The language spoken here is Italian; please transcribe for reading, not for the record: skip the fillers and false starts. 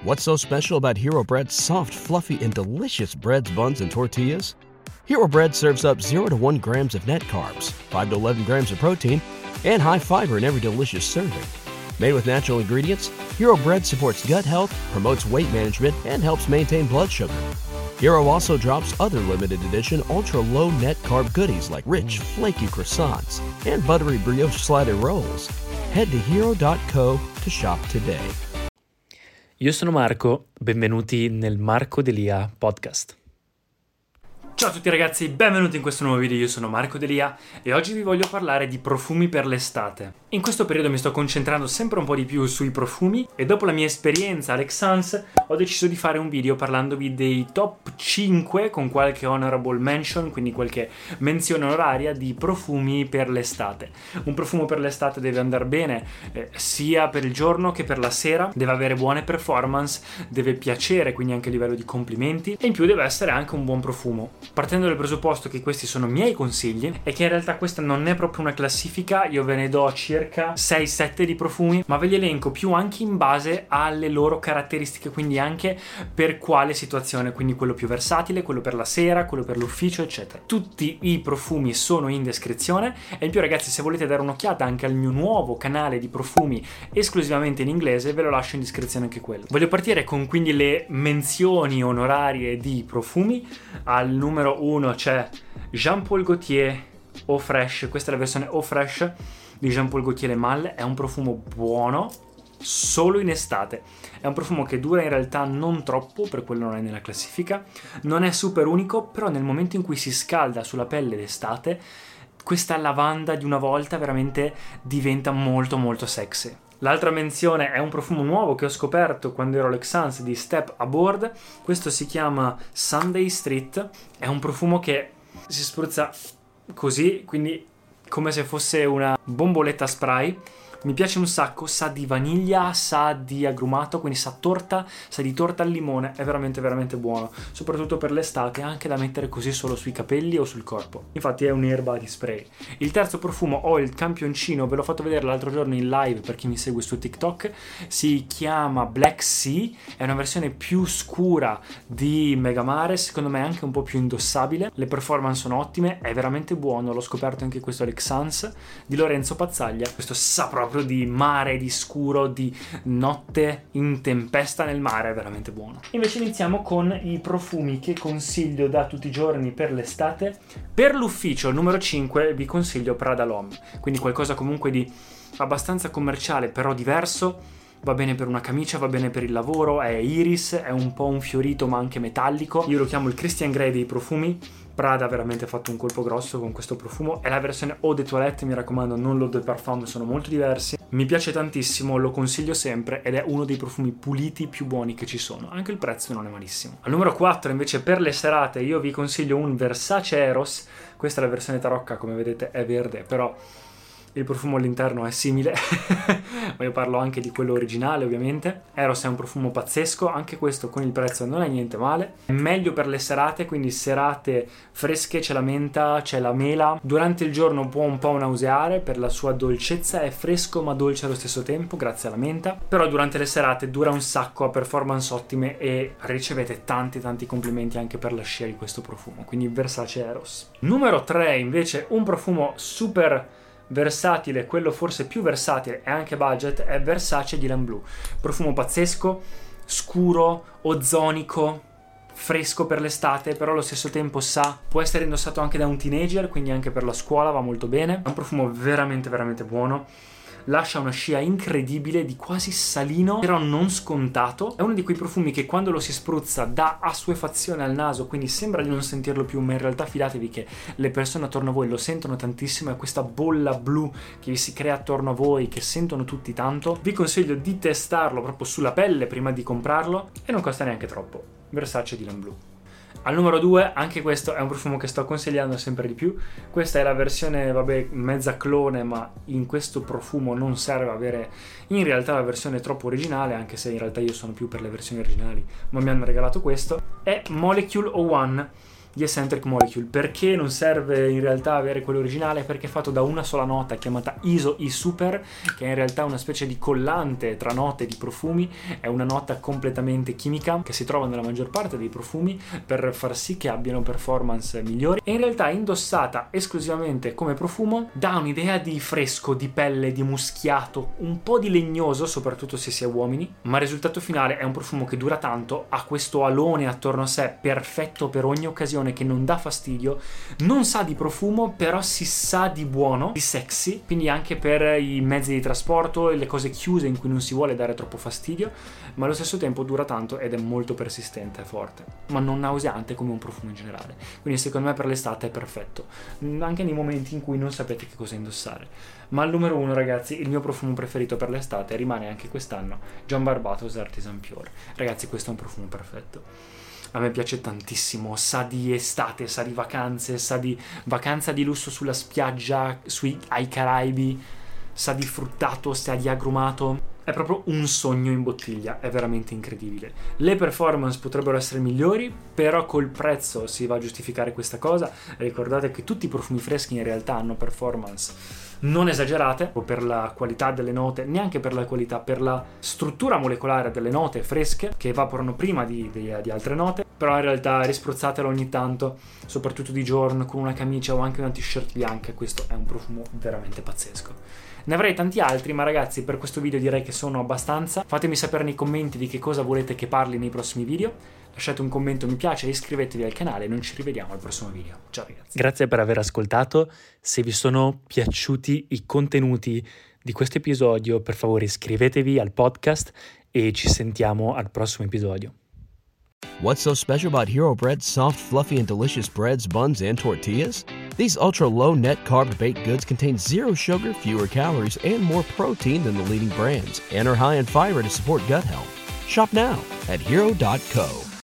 What's so special about Hero Bread's soft, fluffy, and delicious breads, buns, and tortillas? Hero Bread serves up 0 to 1 grams of net carbs, 5 to 11 grams of protein, and high fiber in every delicious serving. Made with natural ingredients, Hero Bread supports gut health, promotes weight management, and helps maintain blood sugar. Hero also drops other limited edition ultra-low net carb goodies like rich, flaky croissants and buttery brioche slider rolls. Head to hero.co to shop today. Io sono Marco, benvenuti nel Marco Delia podcast. Ciao a tutti ragazzi, benvenuti in questo nuovo video, io sono Marco Delia e oggi vi voglio parlare di profumi per l'estate. In questo periodo mi sto concentrando sempre un po' di più sui profumi e dopo la mia esperienza Alex Sans ho deciso di fare un video parlandovi dei top 5 con qualche honorable mention, quindi qualche menzione onoraria di profumi per l'estate. Un profumo per l'estate deve andare bene sia per il giorno che per la sera, deve avere buone performance, deve piacere quindi anche a livello di complimenti e in più deve essere anche un buon profumo. Partendo dal presupposto che questi sono miei consigli e che in realtà questa non è proprio una classifica, io ve ne do circa 6-7 di profumi, ma ve li elenco più anche in base alle loro caratteristiche, quindi anche per quale situazione, quindi quello più versatile, quello per la sera, quello per l'ufficio, eccetera. Tutti i profumi sono in descrizione e in più ragazzi, se volete dare un'occhiata anche al mio nuovo canale di profumi esclusivamente in inglese, ve lo lascio in descrizione anche quello. Voglio partire con quindi le menzioni onorarie di profumi. Al numero 1 c'è Jean Paul Gaultier Eau Fresh, questa è la versione Eau Fresh di Jean Paul Gaultier Le Male, è un profumo buono solo in estate, è un profumo che dura in realtà non troppo, per quello non è nella classifica, non è super unico, però nel momento in cui si scalda sulla pelle d'estate, questa lavanda di una volta veramente diventa molto molto sexy. L'altra menzione è un profumo nuovo che ho scoperto quando ero Alex Sans di Step Aboard. Questo si chiama Sunday Street. È un profumo che si spruzza così, quindi come se fosse una bomboletta spray. Mi piace un sacco, sa di vaniglia, sa di agrumato, quindi sa torta, sa di torta al limone, è veramente veramente buono, soprattutto per l'estate, anche da mettere così solo sui capelli o sul corpo. Infatti è un'erba di spray. Il terzo profumo ho il campioncino, ve l'ho fatto vedere l'altro giorno in live per chi mi segue su TikTok, si chiama Black Sea, è una versione più scura di Megamare, secondo me anche un po' più indossabile, le performance sono ottime, è veramente buono, l'ho scoperto anche questo Alex Sans di Lorenzo Pazzaglia, questo sa proprio di mare, di scuro, di notte in tempesta nel mare, è veramente buono. Invece iniziamo con i profumi che consiglio da tutti i giorni per l'estate. Per l'ufficio, il numero 5, vi consiglio Prada L'Homme, quindi qualcosa comunque di abbastanza commerciale però diverso, va bene per una camicia, va bene per il lavoro, è iris, è un po' un fiorito ma anche metallico, io lo chiamo il Christian Grey dei profumi. Prada ha veramente fatto un colpo grosso con questo profumo, è la versione Eau de Toilette, mi raccomando, non l'Eau de Parfum, sono molto diversi, mi piace tantissimo, lo consiglio sempre ed è uno dei profumi puliti più buoni che ci sono, anche il prezzo non è malissimo. Al numero 4 invece per le serate io vi consiglio un Versace Eros, questa è la versione tarocca, come vedete è verde, però il profumo all'interno è simile, ma io parlo anche di quello originale ovviamente. Eros è un profumo pazzesco, anche questo con il prezzo non è niente male. È meglio per le serate, quindi serate fresche, c'è la menta, c'è la mela. Durante il giorno può un po' nauseare per la sua dolcezza, è fresco ma dolce allo stesso tempo, grazie alla menta. Però durante le serate dura un sacco, ha performance ottime e ricevete tanti complimenti anche per la scia di questo profumo, quindi Versace Eros. Numero 3 invece, un profumo super versatile, quello forse più versatile e anche budget, è Versace Dylan Blue, profumo pazzesco, scuro, ozonico, fresco per l'estate, però allo stesso tempo può essere indossato anche da un teenager, quindi anche per la scuola va molto bene. È un profumo veramente veramente buono, lascia una scia incredibile di quasi salino, però non scontato. È uno di quei profumi che quando lo si spruzza dà assuefazione al naso, quindi sembra di non sentirlo più, ma in realtà fidatevi che le persone attorno a voi lo sentono tantissimo, è questa bolla blu che vi si crea attorno a voi, che sentono tutti tanto. Vi consiglio di testarlo proprio sulla pelle prima di comprarlo e non costa neanche troppo. Versace Dylan Blue. Al numero 2, anche questo è un profumo che sto consigliando sempre di più. Questa è la versione, mezza clone, ma in questo profumo non serve avere in realtà la versione troppo originale, anche se in realtà io sono più per le versioni originali, ma mi hanno regalato questo. È Molecule 01. di Eccentric Molecule. Perché non serve in realtà avere quello originale? Perché è fatto da una sola nota chiamata ISO E-Super, che è in realtà una specie di collante tra note di profumi. È una nota completamente chimica che si trova nella maggior parte dei profumi per far sì che abbiano performance migliori, e in realtà indossata esclusivamente come profumo dà un'idea di fresco, di pelle, di muschiato, un po' di legnoso, soprattutto se si è uomini, ma il risultato finale è un profumo che dura tanto, ha questo alone attorno a sé perfetto per ogni occasione, che non dà fastidio, non sa di profumo però si sa di buono, di sexy, quindi anche per i mezzi di trasporto e le cose chiuse in cui non si vuole dare troppo fastidio, ma allo stesso tempo dura tanto ed è molto persistente e forte, ma non nauseante come un profumo in generale. Quindi secondo me per l'estate è perfetto, anche nei momenti in cui non sapete che cosa indossare. Ma al numero 1, ragazzi, il mio profumo preferito per l'estate rimane anche quest'anno John Barbatos Artisan Pure. Ragazzi, questo è un profumo perfetto. A me piace tantissimo, sa di estate, sa di vacanze, sa di vacanza di lusso sulla spiaggia, ai Caraibi, sa di fruttato, sa di agrumato. È proprio un sogno in bottiglia, è veramente incredibile. Le performance potrebbero essere migliori, però col prezzo si va a giustificare questa cosa. Ricordate che tutti i profumi freschi in realtà hanno performance non esagerate, o per la qualità delle note, neanche per la qualità, per la struttura molecolare delle note fresche che evaporano prima di altre note, però in realtà rispruzzatelo ogni tanto, soprattutto di giorno con una camicia o anche una t-shirt bianca. Questo è un profumo veramente pazzesco. Ne avrei tanti altri, ma ragazzi, per questo video direi che sono abbastanza. Fatemi sapere nei commenti di che cosa volete che parli nei prossimi video. Lasciate un commento, mi piace e iscrivetevi al canale. Noi ci rivediamo al prossimo video. Ciao ragazzi. Grazie per aver ascoltato. Se vi sono piaciuti i contenuti di questo episodio, per favore iscrivetevi al podcast e ci sentiamo al prossimo episodio. What's so special about Hero Bread's soft, fluffy, and delicious breads, buns, and tortillas? These ultra-low net-carb baked goods contain zero sugar, fewer calories, and more protein than the leading brands, and are high in fiber to support gut health. Shop now at Hero.co.